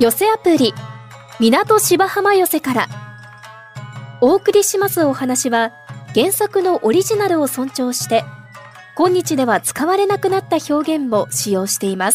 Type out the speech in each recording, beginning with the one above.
寄せアプリ港芝浜寄せからお送りしますお話は、原作のオリジナルを尊重して今日では使われなくなった表現も使用しています。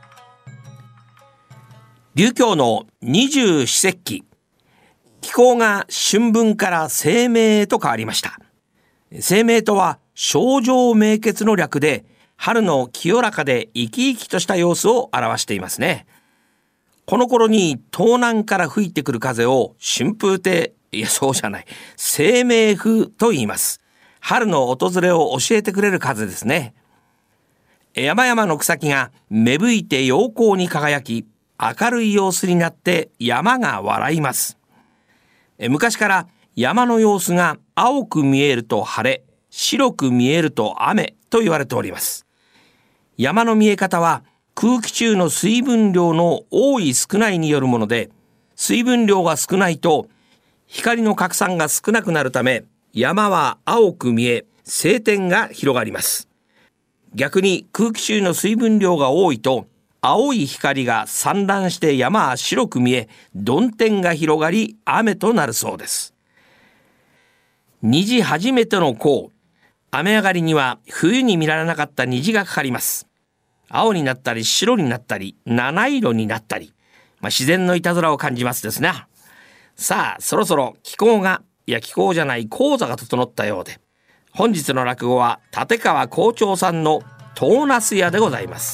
琉教の二十四節気、気候が春分から清明へと変わりました。清明とは清浄明潔の略で、春の清らかで生き生きとした様子を表していますね。この頃に東南から吹いてくる風を春風亭、そうじゃない、清明風と言います。春の訪れを教えてくれる風ですね。山々の草木が芽吹いて陽光に輝き、明るい様子になって山が笑います。昔から山の様子が青く見えると晴れ、白く見えると雨と言われております。山の見え方は空気中の水分量の多い少ないによるもので、水分量が少ないと光の拡散が少なくなるため、山は青く見え、晴天が広がります。逆に空気中の水分量が多いと、青い光が散乱して山は白く見え、曇天が広がり雨となるそうです。虹初めての降、雨上がりには冬に見られなかった虹がかかります。青になったり白になったり七色になったり、自然のいたずらを感じますですね。さあ、そろそろ気候じゃない講座が整ったようで、本日の落語は立川校長さんのトーナス屋でございます。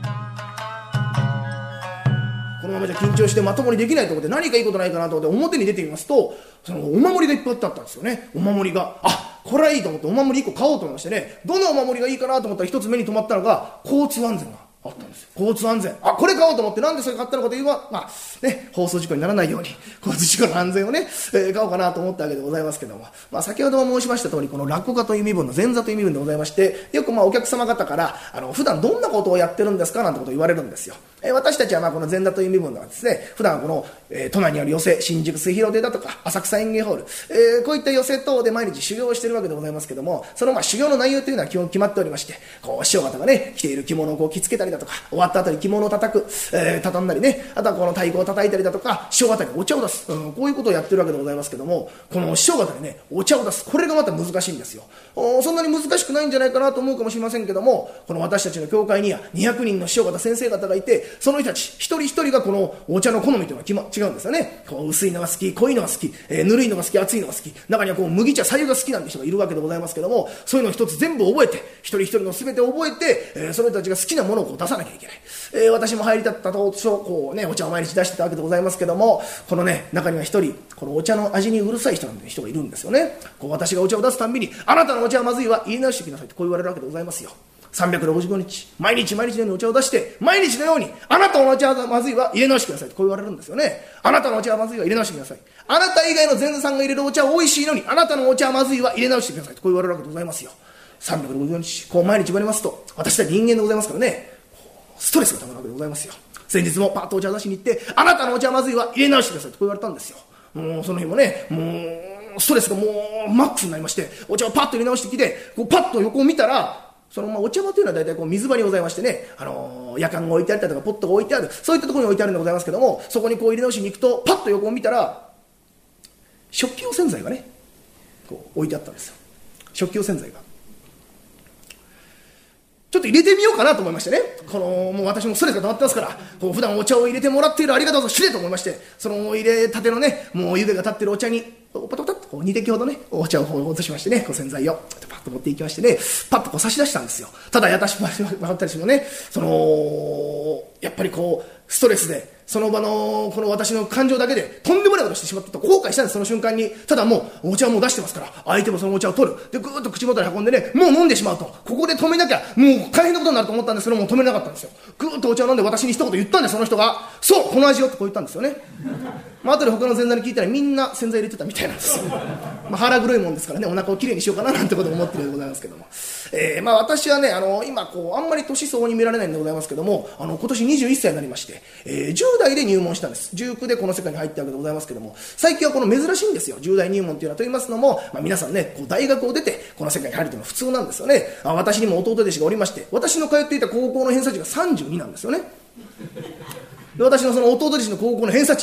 このままじゃ緊張してまともにできないと思って、何かいいことないかなと思って表に出てみますと、そのお守りがいっぱいあったんですよね。お守りが、これはいいと思ってお守り1個買おうと思いましてね、どのお守りがいいかなと思ったら一つ目に留まったのが交通安全があったんですよ。交通安全、これ買おうと思って、なんでそれ買ったのかというと、放送事故にならないように交通事故の安全をね、買おうかなと思ったわけでございますけども、先ほども申しました通り、この落語家という身分の前座という身分でございまして、よくお客様方から普段どんなことをやってるんですかなんてことを言われるんですよ。私たちはこの前座という身分ではですね、普段この、都内にある寄席、新宿末広亭だとか浅草演芸ホール、こういった寄席等で毎日修行をしているわけでございますけども、その修行の内容というのは基本決まっておりまして、師匠方がね着ている着物を着付けたりだとか、終わった後に着物を叩く、畳んだりね、あとはこの太鼓を叩いたりだとか、師匠方にお茶を出す、こういうことをやってるわけでございますけども、この師匠方にねお茶を出す、これがまた難しいんですよ。そんなに難しくないんじゃないかなと思うかもしれませんけども、この私たちの教会には200人の師匠方先生方がいて、その人たち一人一人がこのお茶の好みというのは違うんですよね。薄いのが好き、濃いのが好き、ぬるいのが好き、熱いのが好き、中には麦茶、白湯が好きなんて人がいるわけでございますけども、そういうのを一つ全部覚えて、一人一人の全てを覚えて、その人たちが好きなものを出さなきゃいけない。私も入り立った当初お茶を毎日出してたわけでございますけども、このね中には一人このお茶の味にうるさい人がいるんですよね。私がお茶を出すたんびに、あなたのお茶はまずいわ、入れ直してきなさいってこう言われるわけでございますよ。365日毎日のようにお茶を出して、毎日のようにあなたのお茶はまずいわ、入れ直してくださいってこう言われるんですよね。あなたのお茶はまずいわ、入れ直してください。あなた以外の前座さんが入れるお茶は美味しいのに、あなたのお茶はまずいわ、入れ直してくださいってこう言われるわけでございますよ。365日毎日言われますと、私たち人間でございますからね、ストレスがたまるわけでございますよ。先日もパッとお茶出しに行って、あなたのお茶はまずいわ、入れ直してくださいってこう言われたんですよ。その日もね、ストレスがマックスになりまして、お茶をパッと入れ直してきて、パッと横を見たら、そのお茶場というのは大体水場にございましてね、夜間が置いてあったりとかポットが置いてある、そういったところに置いてあるんでございますけども、そこに入れ直しに行くと、パッと横を見たら食器用洗剤がね置いてあったんですよ。食器用洗剤がちょっと入れてみようかなと思いましてね、もう私もストレスが溜まってますから、普段お茶を入れてもらっているありがとう知れと思いまして、その入れたてのね、もう湯気が立ってるお茶にパタパタっと2滴ほどねお茶を落としましてね、洗剤をパッと持っていきましてね、パッと差し出したんですよ。ただ私もね、やっぱりストレスでその場のこの私の感情だけでとんでもないことしてしまったと後悔したんです、その瞬間に。ただもうお茶はもう出してますから、相手もそのお茶を取るで、ぐーっと口元に運んでね、もう飲んでしまうと、ここで止めなきゃもう大変なことになると思ったんですけども、止めなかったんですよ。ぐーっとお茶を飲んで私に一言言ったんです、その人が。そうこの味よってこう言ったんですよね。後で他の前座に聞いたらみんな洗剤入れてたみたいなんですよ。腹黒いもんですからね、お腹をきれいにしようかななんてことを思ってるでございますけども、私はね今あんまり年相応に見られないんでございますけども、今年21歳になりまして、10代で入門したんです。19でこの世界に入ったわけでございますけども、最近はこの珍しいんですよ、10代入門というのは。と言いますのも、皆さんね大学を出てこの世界に入るというのは普通なんですよね。私にも弟弟子がおりまして、私の通っていた高校の偏差値が32なんですよね。 で私のその弟弟子の高校の偏差値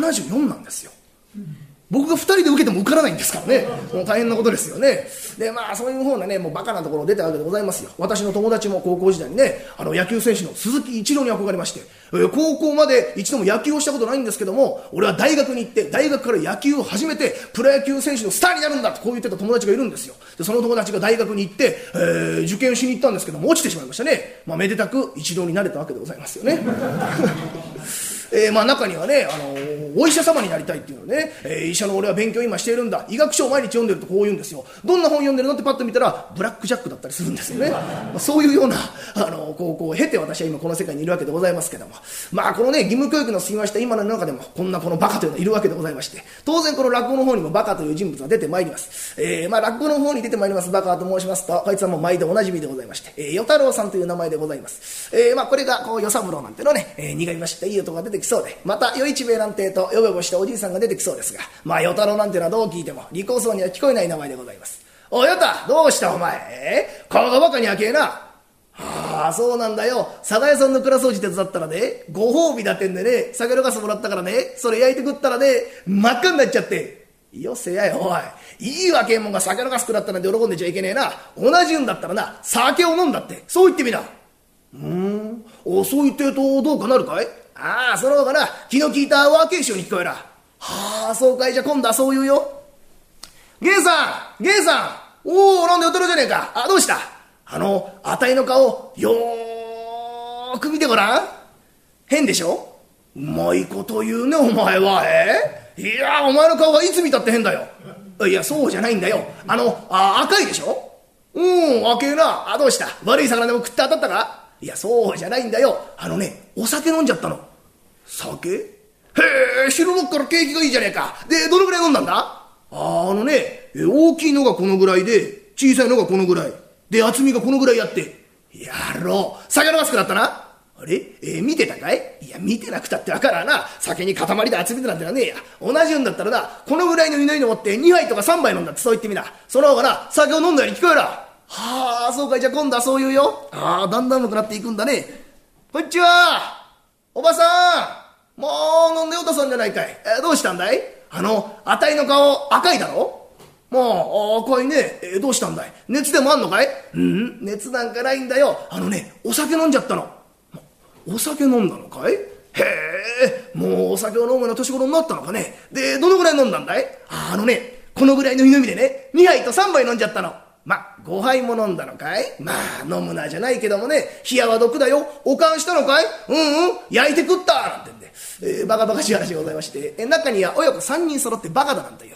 74なんですよ。僕が2人で受けても受からないんですからね。もう大変なことですよね。でまあそういう風なねもうバカなところ出たわけでございますよ。私の友達も高校時代にね野球選手の鈴木一郎に憧れまして、高校まで一度も野球をしたことないんですけども、俺は大学に行って大学から野球を始めてプロ野球選手のスターになるんだとこう言ってた友達がいるんですよ。でその友達が大学に行って、受験しに行ったんですけども落ちてしまいましたね。まあめでたく一郎になれたわけでございますよね。まあ中にはね、お医者様になりたいっていうのね、医者の俺は勉強今しているんだ、医学書を毎日読んでるとこう言うんですよ。どんな本読んでるのってパッと見たらブラックジャックだったりするんですよね。まあ、そういうような高校を経て私は今この世界にいるわけでございますけども、まあこのね義務教育の過ぎました今の中でもこんなこのバカというのがいるわけでございまして、当然この落語の方にもバカという人物が出てまいります。まあ落語の方に出てまいりますバカと申しますと、こいつはもう毎度おなじみでございまして、与太郎さんという名前でございます。まあこれがこう与三郎なんてのね、苦みましたいい男が出てきそうで、また与一兵衛なんてとよべぼしたおじいさんが出てきそうですが、まあ与太郎なんてのはどう聞いても利口そうには聞こえない名前でございます。おい与太どうしたお前、顔がバカに赤えな。ああそうなんだよ、酒屋さんの蔵掃除手伝ったらねご褒美だってんでね酒のかすもらったからね、それ焼いて食ったらね真っ赤になっちゃって、よせやよおい、いい若えもんが酒のかす食らったなんて喜んでちゃいけねえな。同じんだったらな酒を飲んだってそう言ってみな。そう言ってるとどうかなるかい。ああその方がな気の利いた若え師匠に聞こえな。はあそうかい、じゃあ今度はそう言うよ。源さんおおなんで与太郎じゃねえか。どうした。あたいの顔よーく見てごらん。変でしょ。うまいこと言うねお前は。いやお前の顔はいつ見たって変だよ。いやそうじゃないんだよ、赤いでしょ。赤えな。どうした悪い魚でも食って当たったか。いやそうじゃないんだよ、お酒飲んじゃったの。酒。へえ白のっから景気がいいじゃねえか。でどのぐらい飲んだんだ。大きいのがこのぐらいで小さいのがこのぐらいで厚みがこのぐらいあって。やろう酒のマスクだったな。あれ見てたかい。いや見てなくたってわからな、酒に塊で厚みでなんてのはねえや。同じんだったらなこのぐらいの祈りの持って2杯とか3杯飲んだってそう言ってみな。その方がな酒を飲んだように聞こえら。はあそうかい、じゃあ今度はそう言うよ。だんだんうまくなっていくんだね。こんにちはおばさん、もう飲んでおたさんじゃないかい。どうしたんだい。あたいの顔赤いだろ。もう赤いね。どうしたんだい。熱でもあんのかい。熱なんかないんだよ。お酒飲んじゃったの。お酒飲んだのかい。へえもうお酒を飲むような年頃になったのかね。でどのぐらい飲んだんだい。このぐらいの湯飲みでね2杯と3杯飲んじゃったの。5杯も飲んだのかい。飲むなじゃないけどもね、冷やは毒だよ。おかんしたのかい。焼いて食ったなんてんで、バカバカしい話でございまして、中には親子3人揃ってバカだなんていう、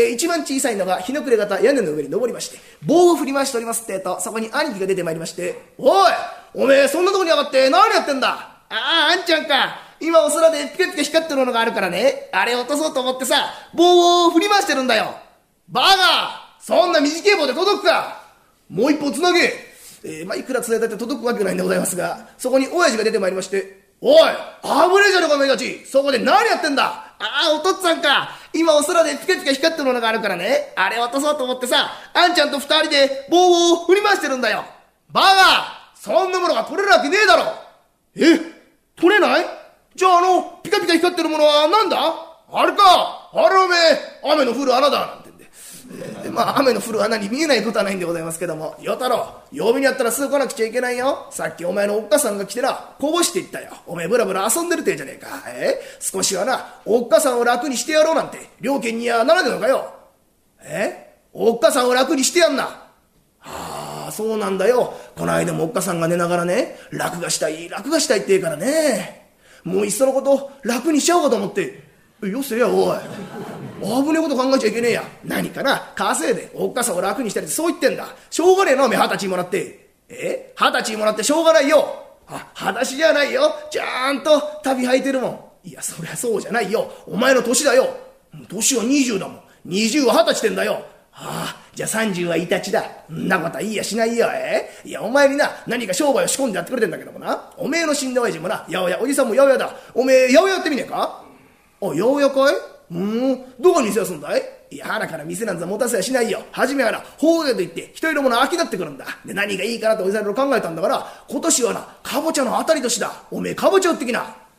一番小さいのが日の暮れ方屋根の上に登りまして棒を振り回しておりますってと、そこに兄貴が出てまいりまして、おいおめえそんなとこに上がって何やってんだ。あんちゃんか、今お空でピカピカ光ってるものがあるからね、あれ落とそうと思ってさ棒を振り回してるんだよ。バカそんな短い棒で届くか。もう一本つなげ。いくら伝えたって届くわけないんでございますが、そこに親父が出てまいりまして、おい危ねえじゃねえかお前たち、そこで何やってんだ。お父っつぁんか、今お空でピカピカ光ってるものがあるからね、あれ落とそうと思ってさあんちゃんと2人で棒を振り回してるんだよ。バカそんなものが取れるわけねえだろ。取れない。じゃあピカピカ光ってるものはなんだ。あれか、あれおめえ雨の降る穴だなんてんで、雨の降る穴に見えないことはないんでございますけども、与太郎曜日にあったらすぐ来なくちゃいけないよ。さっきお前のおっかさんが来てなこぼしていったよ。お前ブラブラ遊んでるってじゃねえか。少しはなおっかさんを楽にしてやろうなんて両家にはならねえのかよ。おっかさんを楽にしてやんな。そうなんだよ。この間もおっかさんが寝ながらね楽がしたいって言うからね、もういっそのこと楽にしちゃおうかと思って。よせやおい危ねえこと考えちゃいけねえや。何かな稼いでおっかさんを楽にしたりってそう言ってんだ。しょうがねえなおめえ20歳もらって。20歳もらってしょうがないよ。裸足じゃないよ、ちゃんと旅履いてるもん。いやそりゃそうじゃないよ、お前の年だよ。年は20だもん。20は20歳ってんだよ。じゃあ30はイタチだ。んなことはいいやしないよ。いやお前にな何か商売を仕込んでやってくれてんだけどもな、おめえの死んだ親父もな八百屋、おじさんも八百屋だ。おめえ八百屋やってみねえか。八百屋かい。どこに店をすんだい。いや鼻から店なんざ持たせやしないよ。初めはな方言と言って人いるもの飽きなってくるんだ。で何がいいかなとおじさんいろいろ考えたんだから、今年はなかぼちゃの当たり年だ。おめえかぼちゃ売ってきな。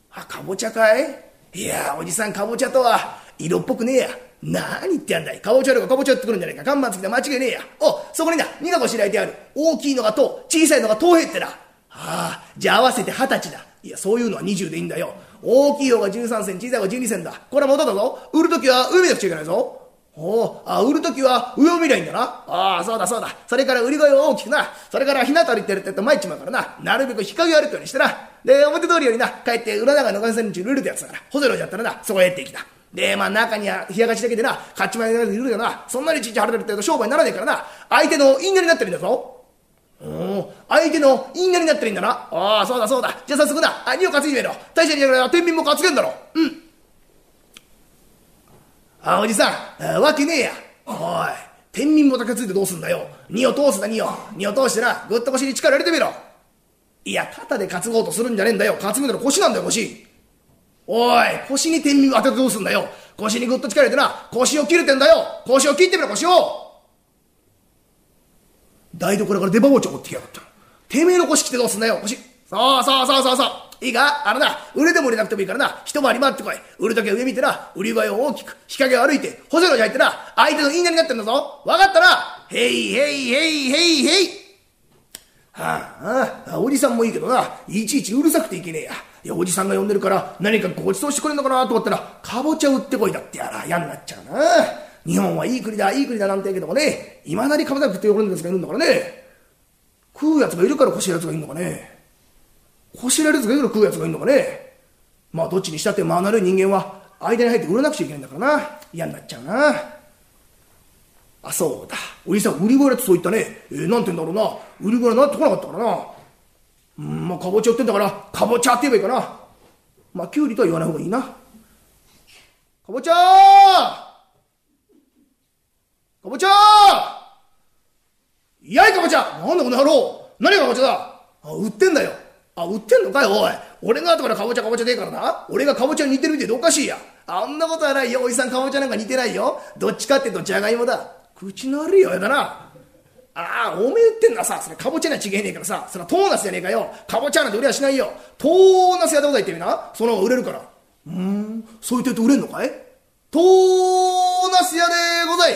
かぼちゃかい？いやおじさんかぼちゃとは色っぽくねえや。何言ってやんだい。かぼちゃよりかぼちゃ売ってくるんじゃねえか。看板つきて間違いねえや。そこにな2がこしらえてある。大きいのがと小さいのがとへってな。じゃあ合わせて20歳だ。いやそういうのは20でいいんだよ。大きい方が13銭、小さい方が12銭だ。これは元だぞ。売るときは上見なくちゃいけないぞ。売るときは上を見りゃいいんだな。そうだそうだ。それから売り声を大きくな。それから日向歩いてるって参っちまうからな。なるべく日陰歩くようにしてな。で表通りよりな帰って裏長の関西のうち売れるってやつだから。ホゼロじゃったらなそこへってきた。で中には冷やかしだけでな買っちまいがいるよな。そんなにちっちゃい払ってるってと商売にならねえからな。相手の言いなりになってるんだぞ。相手の言いなりになってるんだな。そうだそうだ。じゃあ早速な荷を担いでみろ。大社にやるから天秤も担げんだろ。おじさんわけねえや。天秤も担いでどうすんだよ。荷を通すな荷を通してなぐっと腰に力入れてみろ。いや肩で担ごうとするんじゃねえんだよ。担ぐなら腰なんだよ腰。腰に天秤を当ててどうすんだよ。腰にぐっと力入れてな腰を切るってんだよ。腰を切ってみろ腰を。台所から出刃包丁持ってきやがった。てめえの腰切ってどうすんだよ腰。そういいか売れても売れなくてもいいからな一回り回ってこい。売るときは上見てな売り声を大きく日陰を歩いてホゼロに入ってな相手の言いなりになってんだぞ。分かったな。へいおじさんもいいけどないちいちうるさくていけねえや。いやおじさんが呼んでるから何かごちそうしてくれんのかなと思ったらかぼちゃ売ってこいだってやら嫌になっちゃうな。日本はいい国だなんて言うけどもねいまだにかぼちゃ食って喜んでるやつがいるんだからね。食うやつがいるからこしらえるやつがいるのかね。こしらえるやつがいるから食うやつがいるのかね。どっちにしたってなる人間は間に入って売らなくちゃいけないんだからな。嫌になっちゃうな。そうだおじさん売り声だってそう言ったね。なんて言うんだろうな。売り声はなってこなかったからな。かぼちゃ売ってんだからかぼちゃって言えばいいかな。きゅうりとは言わない方がいいな。かぼちゃいやいかぼちゃなんだこの野郎。何がかぼちゃだ。売ってんだよ。売ってんのかよ俺が後からかぼちゃでえからな。俺がかぼちゃに似てるみてえでおかしいや。あんなことはないよ。おじさんかぼちゃなんか似てないよ。どっちかってとじゃがいもだ。口の悪いよやだな。おめえ売ってんださ。それかぼちゃには違えねえからさ。それはトーナスじゃねえかよ。かぼちゃなんて売れはしないよ。トーナス屋でございってみな。その方が売れるから。そう言って売れんのかい。トーナス屋でござい。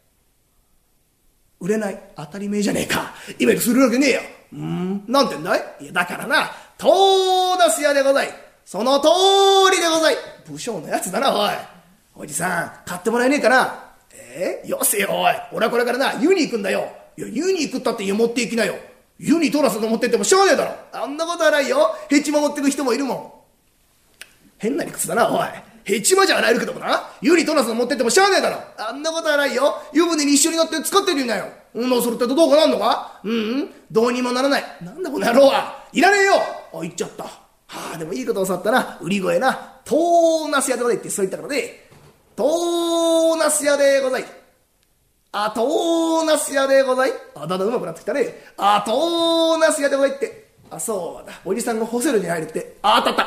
売れない。当たり前じゃねえか。今するわけねえよ。なんてんだい。いやだからなトーナス屋でござい。その通りでござい。武将のやつだなおじさん買ってもらえねえかな。よせよ俺はこれからな湯に行くんだよ。いや湯に行くったって湯持って行きなよ。湯にトーナスと持ってってもしょうがねえだろ。あんなことはないよ。ヘチマ持ってく人もいるもん。変な理屈だなヘチマじゃ洗えるけどもな湯にトーナス持ってってもしょうがねえだろ。あんなことはないよ。湯船に一緒に乗って使ってるんだよ。それってどうかなんのか。どうにもならない。なんだこの野郎はいらねえよ。言っちゃった。でもいいことを教わったな。売り声なトーナス屋でございってそう言ったからね。トーナス屋でござい。トーナス屋でござい。だんだんうまくなってきたね。トーナス屋でございって。そうだおじさんが細い路地に入るって。あった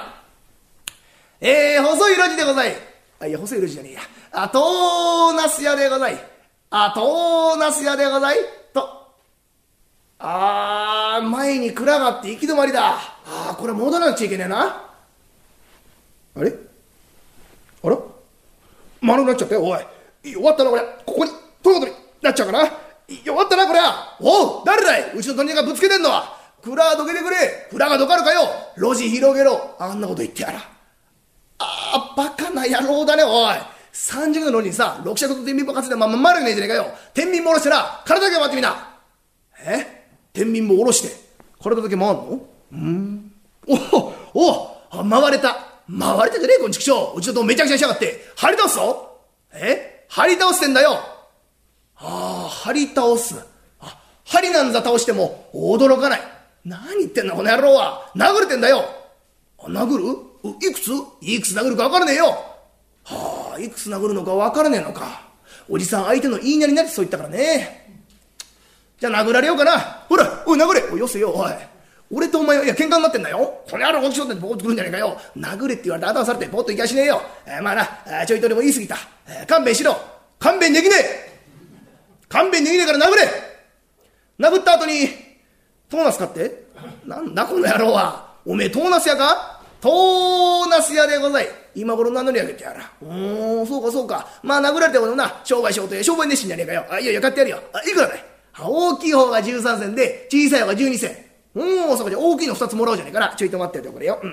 細い路地でござい。いや細い路地じゃねえや。トーナス屋でござい。トーナス屋でございと。前に蔵があって行き止まりだ。これ戻らなくちゃいけねえな。あれ丸くなっちゃったよ終わったなこれ。ここにトマトになっちゃうかな。終わったなこれは。誰だいうちの鳥がぶつけてんのは。蔵はどけてくれ。蔵がどかるかよ。路地広げろ。あんなこと言ってやら。バカな野郎だね3時の路地にさ6尺と天秤棒担いで丸くねえじゃねえかよ。天秤棒下ろしてな体だけ回ってみな。天秤棒下ろして体だけ回んの。回れたじゃねえこんちくしょう。うちのとめちゃくちゃにしやがって張り倒すぞ。張り倒してんだよ。張り倒す。針なんざ倒しても驚かない。何言ってんだこの野郎は。殴れてんだよ。殴る。いくつ殴るか分からねえよ。いくつ殴るのか分からねえのか。おじさん相手の言いなりになってそう言ったからね。じゃあ殴られようかな。ほら殴れ。よせよ俺とお前はいや喧嘩になってんだよ。この野郎こっちしょってボーッと来るんじゃねえかよ。殴れって言われて頭されてボーッと行きゃしねえよ。ちょいとでも言い過ぎた。勘弁しろ。勘弁できねえから殴れ。殴った後にトーナスかって。なんだこの野郎は。おめえトーナス屋か。 トーナス屋でござい。今頃名乗り上げてやら。そうかそうか。まあ殴られたこともな、商売しようと商売熱心じゃねえかよ。いやいや、買ってやるよ。いくらだい？大きい方が13銭で、小さい方が12銭。そうか、じゃあ大きいの2つもらおうじゃねえかな。ちょいと待ってやってこれよ。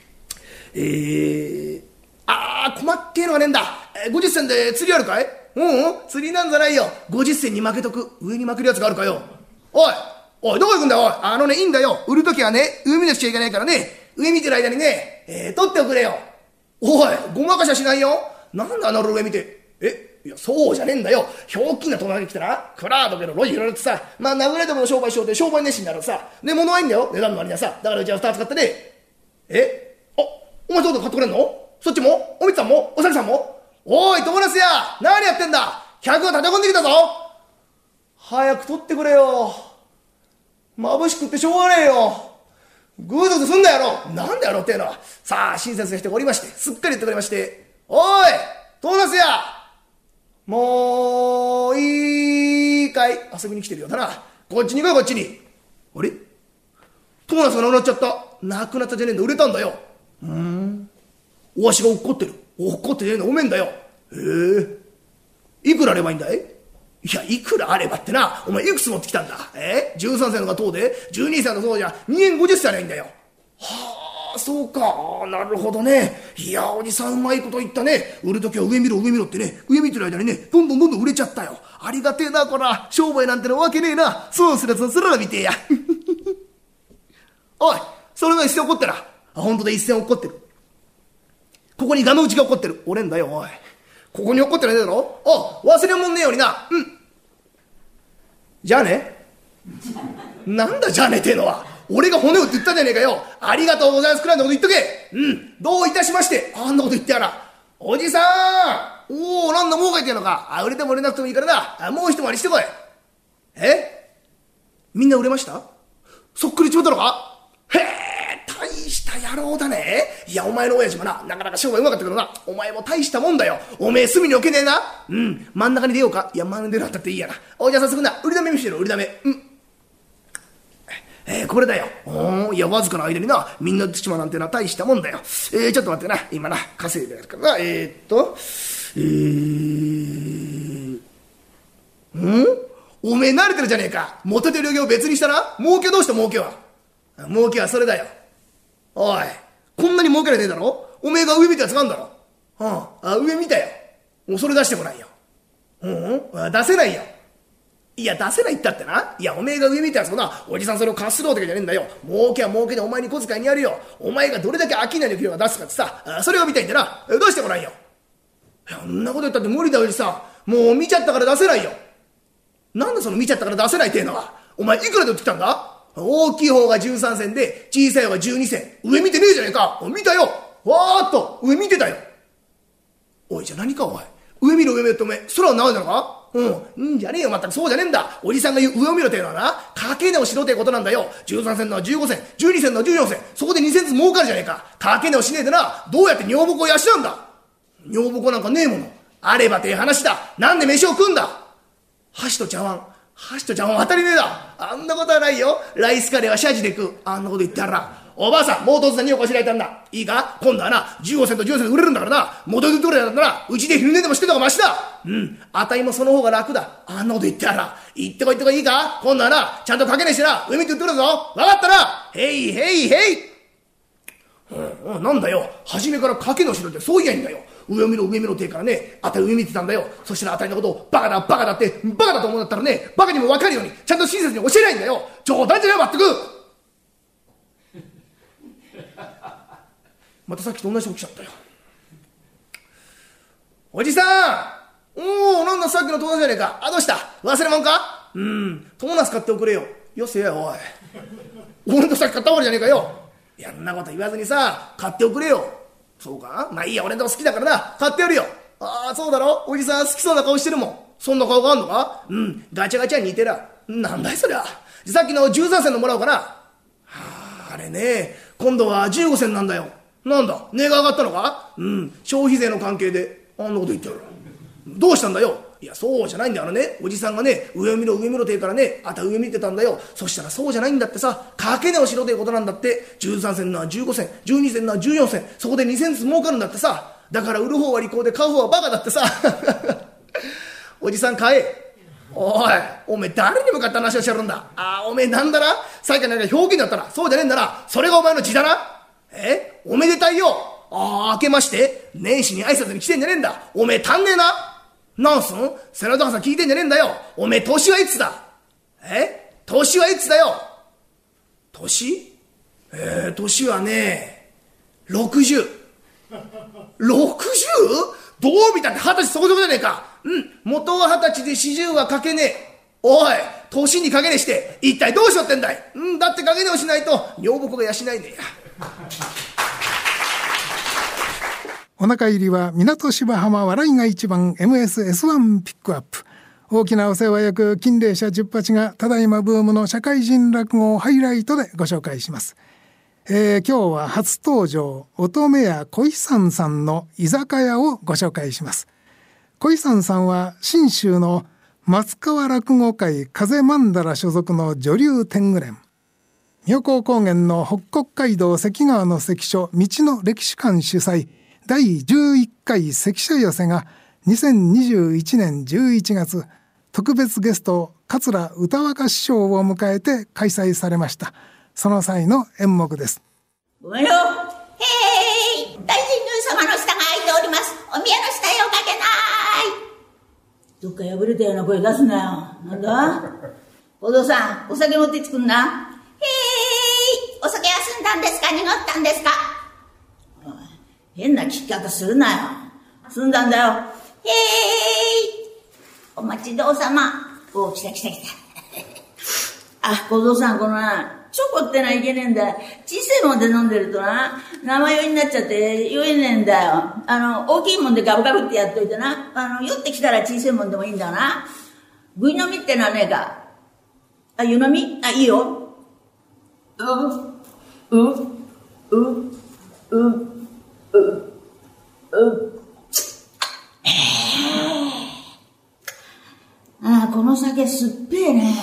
困ってえのがねえんだ。50銭で釣りあるかい？釣りなんざないよ。50銭に負けとく。上に負けるやつがあるかよ。おい、どこ行くんだよ、おい。いいんだよ。売るときはね、上見なくちゃいけないからね、上見てる間にね、取っておくれよ。おい、ごまかしゃしないよ。なんで上見て。いや、そうじゃねえんだよ。ひょうきんな友達が来たら、クラードけど路地拾ってさ、まあ殴られても商売しようって商売熱心になるさ。で、物はいいんだよ。値段の割にはさ。だからうちは2つ買ってね。お前そうだ買ってくれんの？そっちも？おみつさんも？おさきさんも？おい、友達や何やってんだ？客が立て込んできたぞ。早く取ってくれよ。眩しくってしょうがねえよ。ぐずぐずすんだやろ。なんだやろっていうのは。さあ、親切な人がおりまして、すっかり言ってくれまして、おい、トーナスやもういいかい？遊びに来てるようだな。こっちに来い、こっちに。あれ？トーナスがなくなっちゃった。なくなったじゃねえんだ、売れたんだよ。おわしが落っこってる。落っこってねえのおめんだよ。いくらあればいいんだい？いや、いくらあればってな、お前いくつ持ってきたんだ？13銭のが当で、12銭のそうじゃ、2円50銭ないんだよ。はあ、そうか。なるほどね。いや、おじさんうまいこと言ったね。売るときは上見ろってね、上見てる間にね、どんどん売れちゃったよ。ありがてえな、こら。商売なんてのわけねえな。そうするやつのすららみてえや。おい、それが一銭怒ってな。本当だ、一銭怒ってる。ここにガの内が怒ってる。折れんだよ、おい。ここに怒ってないだろ？忘れ物ねえようにな。じゃあね。なんだじゃあねってのは。俺が骨をって言ったじゃねえかよ。ありがとうございますくらいのこと言っとけ。どういたしまして。あんなこと言ってやら。おじさん。なんだもう書いてんのか。売れても売れなくてもいいからな。もう一回りしてこい。みんな売れました？そっくりちまったのか？へえ、大した野郎だね。いや、お前の親父もなかなか商売うまかったけどな。お前も大したもんだよ。おめえ隅に置けねえな。真ん中に出ようか。いや、真ん中に出なったっていいやな。じゃあ早速な、売りだめ見せてろ、売りだめ。これだよ。いや、わずかな間にな、みんなちまなんてな、大したもんだよ。ちょっと待ってな、今な、稼いでやるからな。おめえ慣れてるじゃねえか。元手両業別にしたな。儲けどうした儲けは。儲けはそれだよ。おい、こんなに儲けられねえだろ。おめえが上見たやつがあんだろ。上見たよ。もうそれ出してこないよ。出せないよ。いや、出せないったってな。いや、おめえが上見たやつもな、おじさんそれを貸すろうってじゃねえんだよ。儲けは儲けでお前に小遣いにやるよ。お前がどれだけ商いの給料が出すかってさ、それが見たいんだな。出してこないよ。そんなこと言ったって無理だよ、おじさん。もう見ちゃったから出せないよ。なんだその見ちゃったから出せないっていうのは。お前いくらで売ってきたんだ？大きい方が13銭で、小さい方が12銭。上見てねえじゃねえか。見たよ。わーっと、上見てたよ。おい、じゃあ何かおい。上見ろってお前、空を眺めたのか？じゃねえよ、全くそうじゃねえんだ。おじさんが言う上を見ろっていうのはな、掛け値をしろってことなんだよ。13銭のは15銭、12銭のは14銭。そこで2銭ずつ儲かるじゃねえか。掛け値をしねえでな、どうやって女房子を養うんだ。女房子なんかねえもの。あればてえ話だ。なんで飯を食うんだ。箸と茶碗当たりねえだ。あんなことはないよ。ライスカレーはシャジで食う。あんなこと言ってやら。おばあさん、もう突然におこしらえたんだ。いいか、今度はな、15銭と14銭で売れるんだからな。元々取れたんだな。うちで昼寝でもしてた方がましだ。あたいもその方が楽だ。あんなこと言ってやら。行ってこいいいか。今度はな、ちゃんとかけねえしてな、上見て売ってくるぞ。わかったな。へい。なんだよ。初めからかけのしろってそう言えんだよ。上見ろって言うからね、あたり上見てたんだよ。そしたらあたりのことをバカだって、バカだと思うんだったらね、バカにも分かるように、ちゃんと親切に教えないんだよ。冗談じゃない、まったく。またさっきと同じこと来ちゃったよ。おじさん、なんださっきの友達じゃねえか。どうした忘れ物か？トーナス買っておくれよ。よせや、おい。俺とさっき買ったわけじゃねえかよ。いやんなこと言わずにさ、買っておくれよ。そうか？まあいいや、俺のとこ好きだからな、買ってやるよ。そうだろ？おじさん好きそうな顔してるもん。そんな顔があんのか？ガチャガチャに似てら。なんだいそりゃ。さっきの13銭のもらおうかな。あれね、今度は15銭なんだよ。なんだ、値が上がったのか？消費税の関係で。あんなこと言ってやる。どうしたんだよ。 いや、そうじゃないんだよ。おじさんがね、上を見ろ上見ろって言うからね、あた上見てたんだよ。そしたらそうじゃないんだってさ、賭け値をしろということなんだって。13銭なら15銭、12銭なら14銭、そこで2銭ずつ儲かるんだってさ。だから売る方は利口で買う方はバカだってさ。おじさん買え。おい、おめえ誰に向かって話をしてるんだ。おめえなんだな、さっきなんか表現だったらそうじゃねえんだな。それがお前の字だな。おめでたいよ。明けまして年始に挨拶に来てんじゃねえんだ。おめえ足んねえな。なんすん、セナドハさん聞いてんじゃねえんだよ。おめえ年はいつだ。年はいつだよ。年年はね、60。60？ どう見たって20歳そこそこじゃねえか。元は20歳で40はかけねえ。おい、年にかけねえして一体どうしよってんだい。だってかけねえをしないと女房子が養えねえや。 お腹入りは港芝浜笑いが一番 MSS1 ピックアップ。大きなお世話役金霊社十八がただいまブームの社会人落語をハイライトでご紹介します。今日は初登場乙女屋小井さんさんの居酒屋をご紹介します。小井さんさんは信州の松川落語会風曼荼羅所属の女流天狗連、妙高高原の北国街道関川の関所道の歴史館主催第11回関所寄せが2021年11月特別ゲスト桂歌若師匠を迎えて開催されました。その際の演目です。 ごめんよ。大神宮様の下が空いております。お宮の下へおかけない。どっか破れたような声出すなよ。なんだ、お父さん、お酒持って作んな。お酒は済んだんですか、濁ったんですか。変な聞き方するなよ。済んだんだよ。お待ちどうさま。お、来た。小僧さん、このな、チョコってないけねえんだよ。小さいもんで飲んでるとな、生酔いになっちゃって酔えねえんだよ。大きいもんでガブガブってやっといてな。酔ってきたら小さいもんでもいいんだな。ぐい飲みってのはねえか。湯飲み？いいよ。この酒すっぺえね。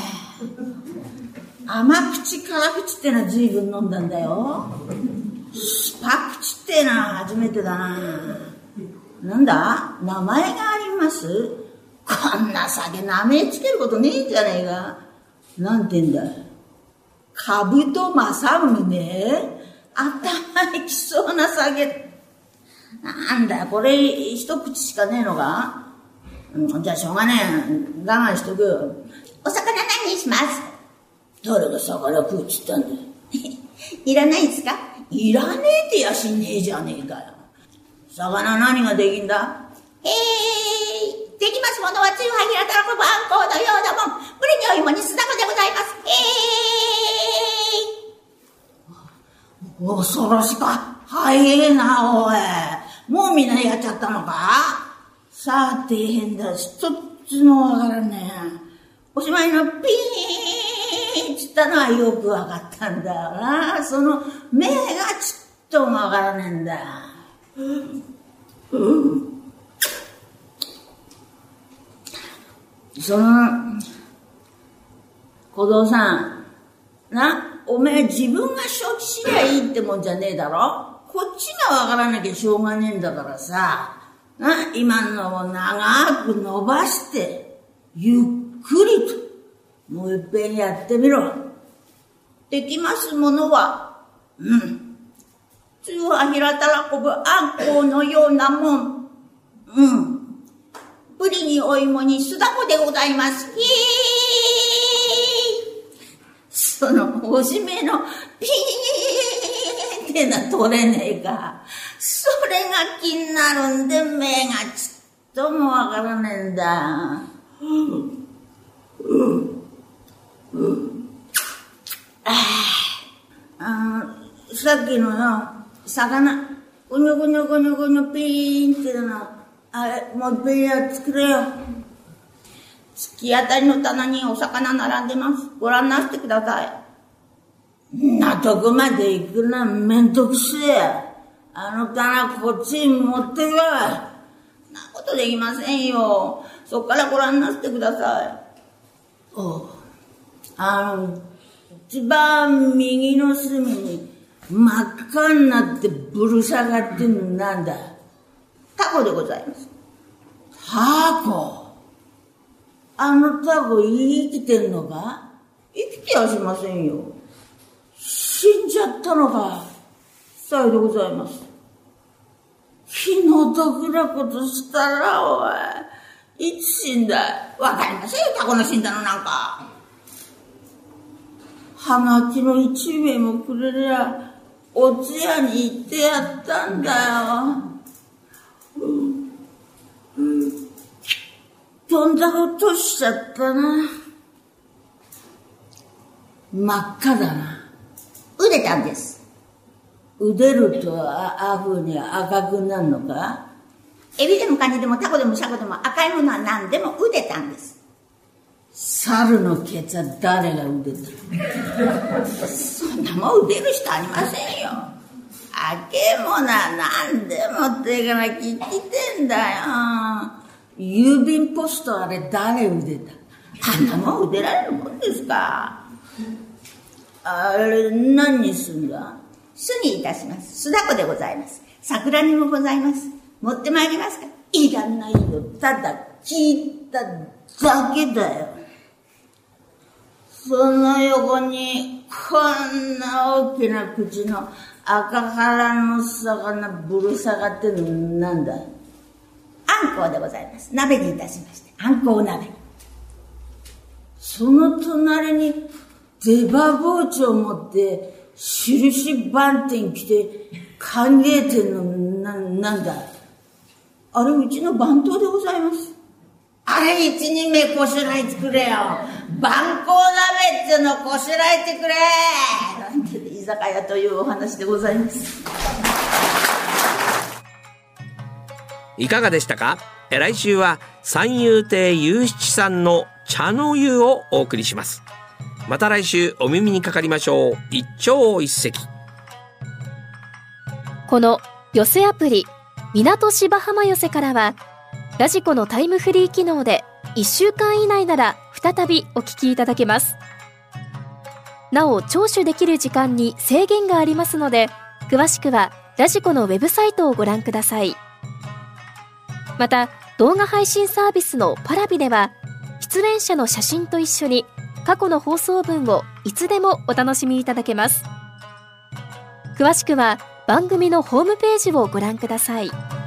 甘口辛口ってのは随分飲んだんだよ。スパ口ってのは初めてだな。なんだ、名前があります？こんな酒名前つけることねえんじゃねえか。なんて言うんだ、かぶと正宗。頭にきそうな酒。なんだよこれ、一口しかねえのか。じゃあしょうがねえ、我慢しとくよ。お魚何にします？誰が魚食うっつったんだよ。いらないですか？いらねえってやしねえじゃねえかよ。魚何ができんだ？できますものはつゆはひらたらこぶあんこうのようなもん。ぶりにお芋にすだこでございます。恐ろしか。早えな、おい。もうみんなやっちゃったのか？さあ、大変だ。一つもわからねえ。おしまいのピーンって言ったのはよくわかったんだよな。その目がちっともわからねえんだよ。小僧さんな、おめえ自分が承知しりゃいいってもんじゃねえだろ。こっちがわからなきゃしょうがねえんだからさな、今のを長く伸ばしてゆっくりともういっぺんやってみろ。できますものはつゆはひらたらこぶあんこうのようなもん。ぶりにお芋にすだこでございます。そのおしめのピーンってのは取れねえか。それが気になるんで目がちっともわからねえんだ。さっきのよ、魚、ぐにょぐにょぐにょぐにょピーンっての、あれ、もう一遍や作れよ。突き当たりの棚にお魚並んでます。ご覧なしてください。なとこまで行くのめんどくせえ。あの棚こっちに持ってこい。 なことできませんよ。そっからご覧なさってください。一番右の隅に真っ赤になってぶる下がってんのなんだ。タコでございます。タコ。あのタコ生きてんのか？生きてはしませんよ。死んじゃったのか？さようでございます。気の毒なことしたら、おい。いつ死んだ？わかりませんよ、タコの死んだのなんか。はがきの一名もくれりゃ、お通夜に行ってやったんだよ。とんだことしちゃったな。真っ赤だな。うでたんです。うでるとああ風に赤くなるのか？エビでもカニでもタコでもシャコでも赤いものは何でもうでたんです。猿のケツは誰がうでた？そんなもんうでる人ありませんよ。あけものは何でもっていかなきゃ来てんだよ。郵便ポストあれ誰うでた？あんなもんうでられるもんですか？あれ何にすんだ？酢にいたします。酢だこでございます。桜にもございます。持ってまいりますか？いらないよ。ただ聞いただけだよ。その横にこんな大きな口の赤腹の魚ぶる下がってるのなんだ？あんこうでございます。鍋にいたしまして。あんこう鍋。その隣に出刃包丁持って印番店来て歓迎店のなんだ？あれうちの番頭でございます。あれ一人目こしらえてくれよ。番号鍋ってのこしらえてくれなんて居酒屋というお話でございます。 いかがでしたか？来週は三遊亭祐七さんの茶の湯をお送りします。また来週お耳にかかりましょう。一朝一夕。 この寄せアプリ港芝浜寄せからはラジコのタイムフリー機能で1週間以内なら再びお聞きいただけます。なお聴取できる時間に制限がありますので、詳しくはラジコのウェブサイトをご覧ください。また動画配信サービスのパラビでは出演者の写真と一緒に過去の放送分をいつでもお楽しみいただけます。詳しくは番組のホームページをご覧ください。